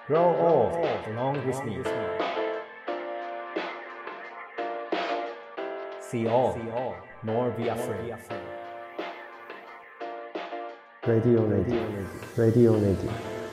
Grow old along with me. See all, nor be afraid. Radio Radio Radio Radio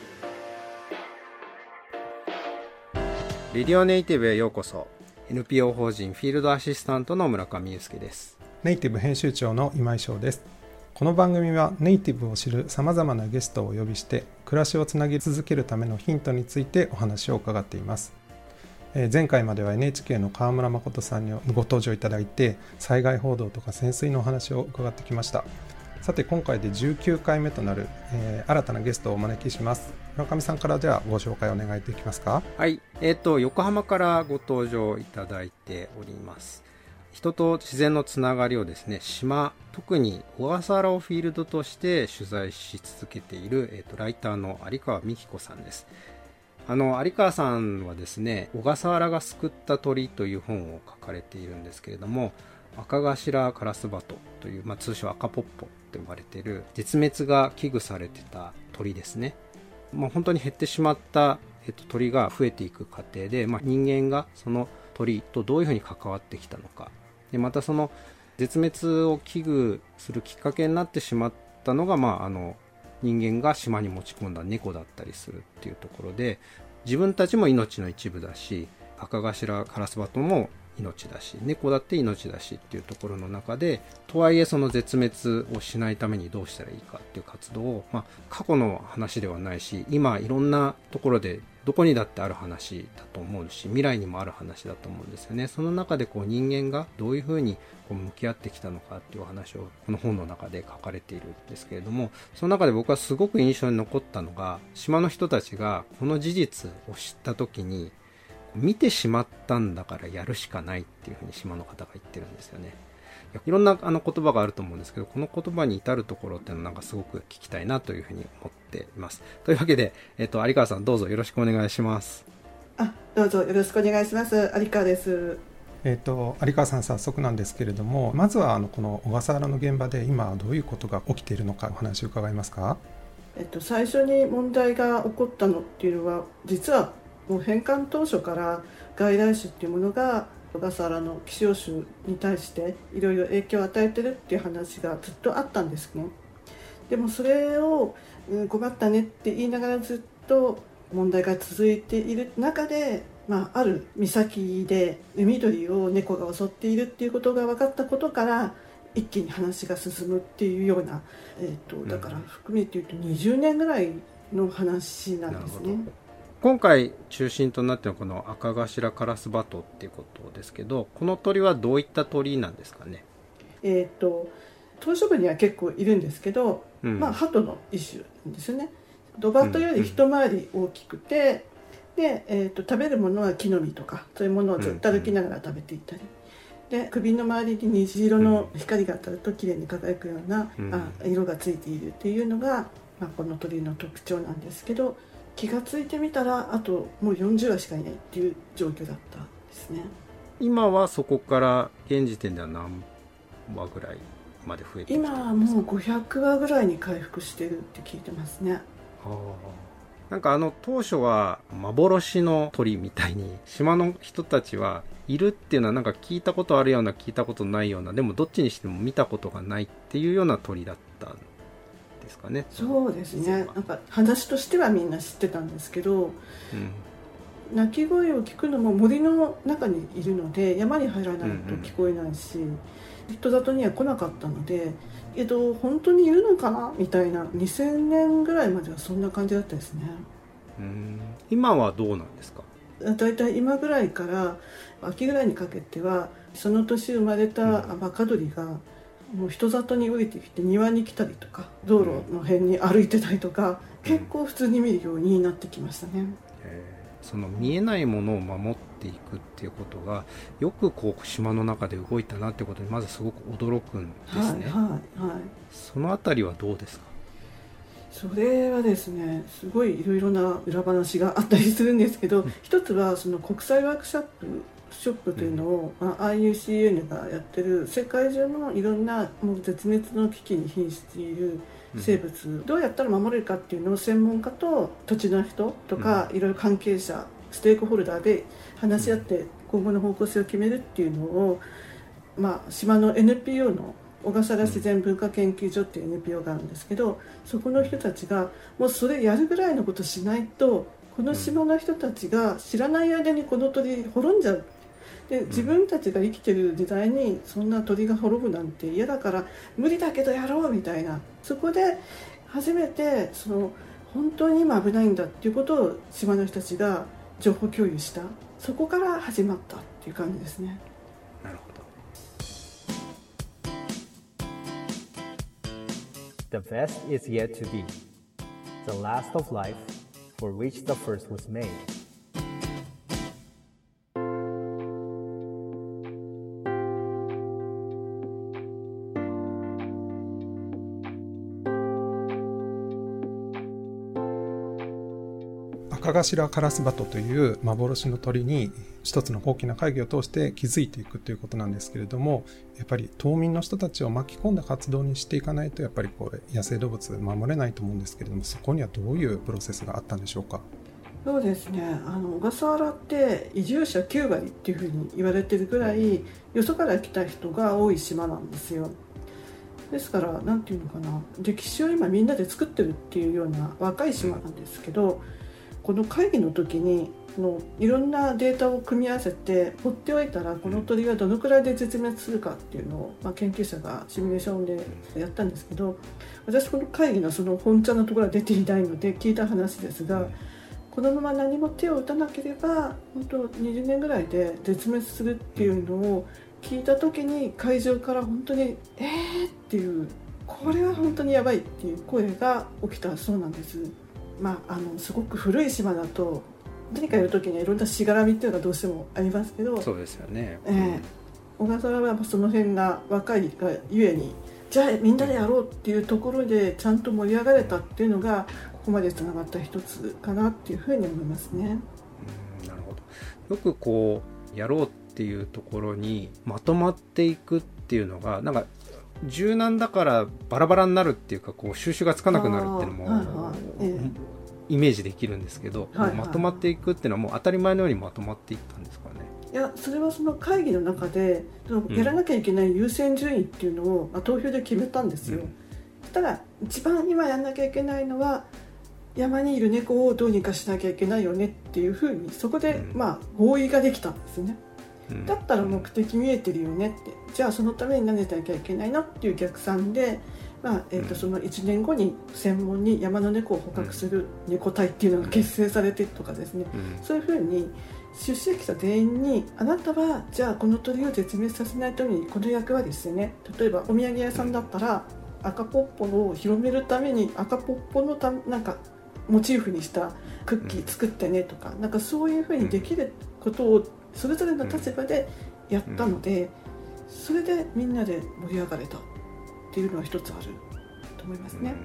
レディオネイティブへようこそ。 NPO 法人フィールドアシスタントの村上裕介です。 ネイティブ編集長の今井翔です。この番組はネイティブを知るさまざまなゲストをお呼びして暮らしをつなぎ続けるためのヒントについてお話を伺っています。前回までは NHK の川村誠さんにご登場いただいて災害報道とか潜水のお話を伺ってきました。さて今回で19回目となる、新たなゲストをお招きします。村上さんからじゃあご紹介お願いできますか。 はい、横浜からご登場いただいております。人と自然のつながりをですね、島、特に小笠原をフィールドとして取材し続けている、ライターの有川美希子さんです。有川さんはですね、小笠原が救った鳥という本を書かれているんですけれども、アカガシラカラスバトという、通称アカポッポと呼ばれている絶滅が危惧されてた鳥ですね。本当に減ってしまった、鳥が増えていく過程で、人間がその鳥とどういうふうに関わってきたのか、でまたその絶滅を危惧するきっかけになってしまったのが、人間が島に持ち込んだ猫だったりするっていうところで、自分たちも命の一部だし、アカガシラカラスバトも命だし、猫だって命だしっていうところの中で、とはいえその絶滅をしないためにどうしたらいいかっていう活動を、過去の話ではないし、今いろんなところでどこにだってある話だと思うし、未来にもある話だと思うんですよね。その中で人間がどういうふうに向き合ってきたのかっていうお話をこの本の中で書かれているんですけれども、その中で僕はすごく印象に残ったのが、島の人たちがこの事実を知った時に、見てしまったんだからやるしかないっていうふうに島の方が言ってるんですよね。いろんな言葉があると思うんですけど、この言葉に至るところっていうのはすごく聞きたいなというふうに思っています。というわけで、有川さんどうぞよろしくお願いします。 どうぞよろしくお願いします。有川です。 有川さん、早速なんですけれども、まずはこの小笠原の現場で今どういうことが起きているのかお話を伺えますか。 最初に問題が起こったのっていうのは、実はもう返還当初から外来種っていうものが小笠原の希少種に対していろいろ影響を与えてるっていう話がずっとあったんですね。でもそれを困ったねって言いながらずっと問題が続いている中で、ある岬で海鳥を猫が襲っているっていうことが分かったことから一気に話が進むっていうような、だから含めて言うと20年ぐらいの話なんですね。 今回中心となっているこのアカガシラカラスバトっていうことですけど、この鳥はどういった鳥なんですかね。 島しょ部には結構いるんですけど、鳩の一種なんですよね。ドバトより一回り大きくて、で、食べるものは木の実とかそういうものをずっと歩きながら食べていたり、で首の周りに虹色の光が当たるときれいに輝くような、色がついているっていうのが、この鳥の特徴なんですけど、気がついてみたらあともう40羽しかいないっていう状況だったんですね。 今はそこから現時点では何羽ぐらいまで増えてきてるんですか。 今はもう500羽ぐらいに回復してるって聞いてますね。 当初は幻の鳥みたいに島の人たちはいるっていうのは聞いたことあるような聞いたことないような、でもどっちにしても見たことがないっていうような鳥だったんですかね。 そうですね。話としてはみんな知ってたんですけど、鳴き声を聞くのも森の中にいるので山に入らないと聞こえないし、人里には来なかったので、本当にいるのかなみたいな、2000年ぐらいまではそんな感じだったですね。 今はどうなんですか。 だいたい今ぐらいから秋ぐらいにかけては、その年生まれた若鳥がもう人里に降りてきて庭に来たりとか道路の辺に歩いてたりとか、結構普通に見るようになってきましたね。 その見えないものを守っていくっていうことがよく島の中で動いたなっていうことにまずすごく驚くんですね。そのあたりはどうですか。 それはですね、すごいいろいろな裏話があったりするんですけど、一つはその国際ワークショップショップというのを、IUCN がやってる世界中のいろんなもう絶滅の危機に瀕している生物、どうやったら守れるかっていうのを専門家と土地の人とか、いろいろ関係者ステークホルダーで話し合って今後の方向性を決めるっていうのを、島の NPO の小笠原自然文化研究所っていう NPO があるんですけど、そこの人たちがもうそれやるぐらいのことしないとこの島の人たちが知らない間にこの鳥滅んじゃう。で自分たちが生きてる時代にそんな鳥が滅ぶなんて嫌だから無理だけどやろうみたいな、そこで初めて本当に今危ないんだっていうことを島の人たちが情報共有した。そこから始まったっていう感じですね。 なるほ The ど。 best is yet to be. The last of life for which the first was made. 赤頭カラスバトという幻の鳥に一つの大きな会議を通して気づいていくということなんですけれども、やっぱり島民の人たちを巻き込んだ活動にしていかないとやっぱりこれ野生動物守れないと思うんですけれども、そこにはどういうプロセスがあったんでしょうか。 そうですね、小笠原って移住者9割っていうふうに言われてるぐらいよそから来た人が多い島なんですよ。ですからなんていうのかな、歴史を今みんなで作ってるっていうような若い島なんですけど、この会議の時にいろんなデータを組み合わせて放っておいたらこの鳥はどのくらいで絶滅するかっていうのを、研究者がシミュレーションでやったんですけど、私この会議の本茶のところは出ていないので聞いた話ですが、このまま何も手を打たなければ本当20年ぐらいで絶滅するっていうのを聞いた時に会場から本当にっていう、これは本当にやばいっていう声が起きたそうなんです。すごく古い島だと何かやるときにはいろんなしがらみっていうのがどうしてもありますけど、 そうですよね。 小笠原はその辺が若いがゆえに、じゃあみんなでやろうっていうところでちゃんと盛り上がれたっていうのがここまでつながった一つかなっていうふうに思いますね。 なるほど。よくやろうっていうところにまとまっていくっていうのがなんか柔軟だからバラバラになるっていうか収集がつかなくなるっていうのもイメージできるんですけど、まとまっていくっていうのはもう当たり前のようにまとまっていったんですかね。 いや、それはその会議の中でやらなきゃいけない優先順位っていうのを投票で決めたんですよ。そしたら一番今やらなきゃいけないのは山にいる猫をどうにかしなきゃいけないよねっていうふうにそこで合意ができたんですね。だったら目的見えてるよねって、じゃあそのために何しなきゃいけないのっていう逆算で、その1年後に専門に山の猫を捕獲する猫隊っていうのが結成されてとかですね、そういうふうに出席者全員にあなたはじゃあこの鳥を絶滅させないためにこの役割ですよね。例えばお土産屋さんだったら赤ポッポを広めるために赤ポッポのなんかモチーフにしたクッキー作ってねとか、なんかそういうふうにできることをそれぞれの立場でやったので、それでみんなで盛り上がれたっていうのは一つあると思いますね。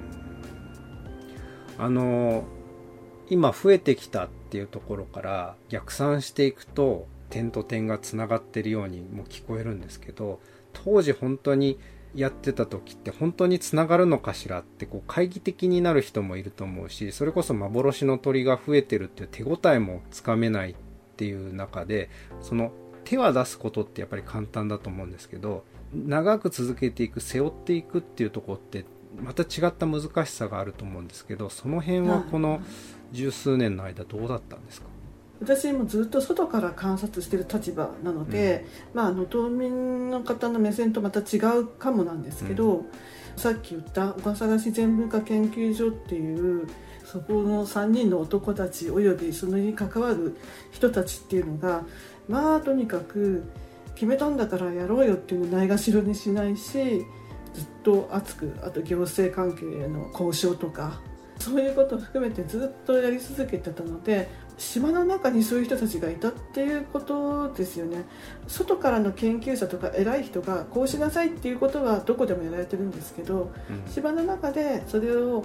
今増えてきたっていうところから逆算していくと点と点がつながってるようにも聞こえるんですけど、当時本当にやってた時って本当につながるのかしらって懐疑的になる人もいると思うし、それこそ幻の鳥が増えてるっていう手応えもつかめないっていう中で、その手は出すことってやっぱり簡単だと思うんですけど、長く続けていく、背負っていくっていうところってまた違った難しさがあると思うんですけど、その辺はこの十数年の間どうだったんですか？ 私もずっと外から観察している立場なので、島民の方の目線とまた違うかもなんですけど、さっき言った小笠原自然文化研究所っていうそこの3人の男たちおよびそのに関わる人たちっていうのがとにかく決めたんだからやろうよっていうのをないがしろにしないし、ずっと熱く、あと行政関係の交渉とかそういうことを含めてずっとやり続けてたので、島の中にそういう人たちがいたっていうことですよね。外からの研究者とか偉い人がこうしなさいっていうことはどこでもやられてるんですけど、島の中でそれを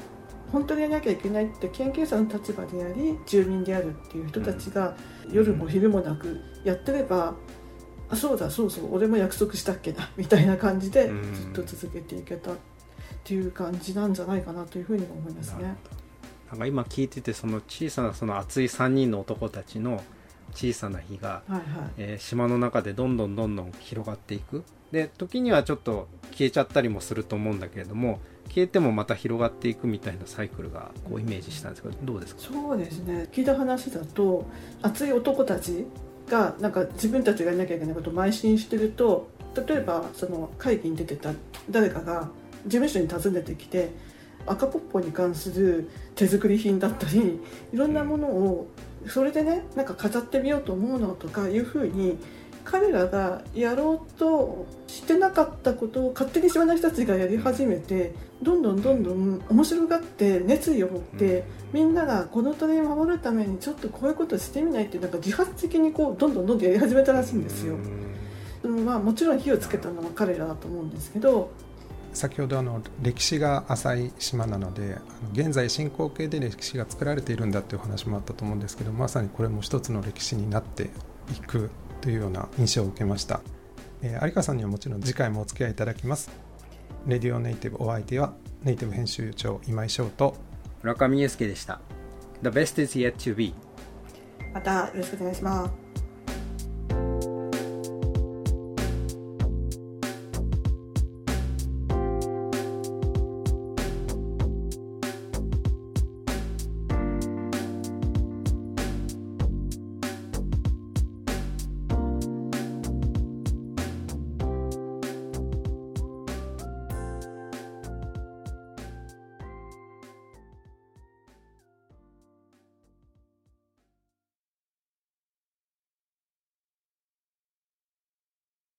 本当にやらなきゃいけないって研究者の立場であり住民であるっていう人たちが夜も昼もなくやってれば、あ、そうだそうそう俺も約束したっけなみたいな感じでずっと続けていけたっていう感じなんじゃないかなというふうに思いますね。 なんか今聞いてて、その小さなその熱い3人の男たちの小さな火が、 はいはい、 島の中でどんどん広がっていく。で時にはちょっと消えちゃったりもすると思うんだけれども、消えてもまた広がっていくみたいなサイクルがこうイメージしたんですけど、どうですか？ そうですね、聞いた話だと熱い男たちがなんか自分たちがやらなきゃいけないことを邁進してると、例えばその会議に出てた誰かが事務所に訪ねてきて赤ポッポに関する手作り品だったりいろんなものをそれでねなんか飾ってみようと思うのとかいうふうに彼らがやろうとしてなかったことを勝手に知らない人たちがやり始めて、どんどん面白がって熱意を持ってみんながこの鳥を守るためにちょっとこういうことしてみないってなんか自発的にこうどんどんやり始めたらしいんですよ。まあ、もちろん火をつけたのは彼らだと思うんですけど、 先ほど歴史が浅い島なので現在進行形で歴史が作られているんだという話もあったと思うんですけど、まさにこれも一つの歴史になっていくというような印象を受けました。有川さんにはもちろん次回もお付き合いいただきます。レディオネイティブお相手はネイティブ編集長今井翔と村上祐介でした。The best is yet to be。 またよろしくお願いします。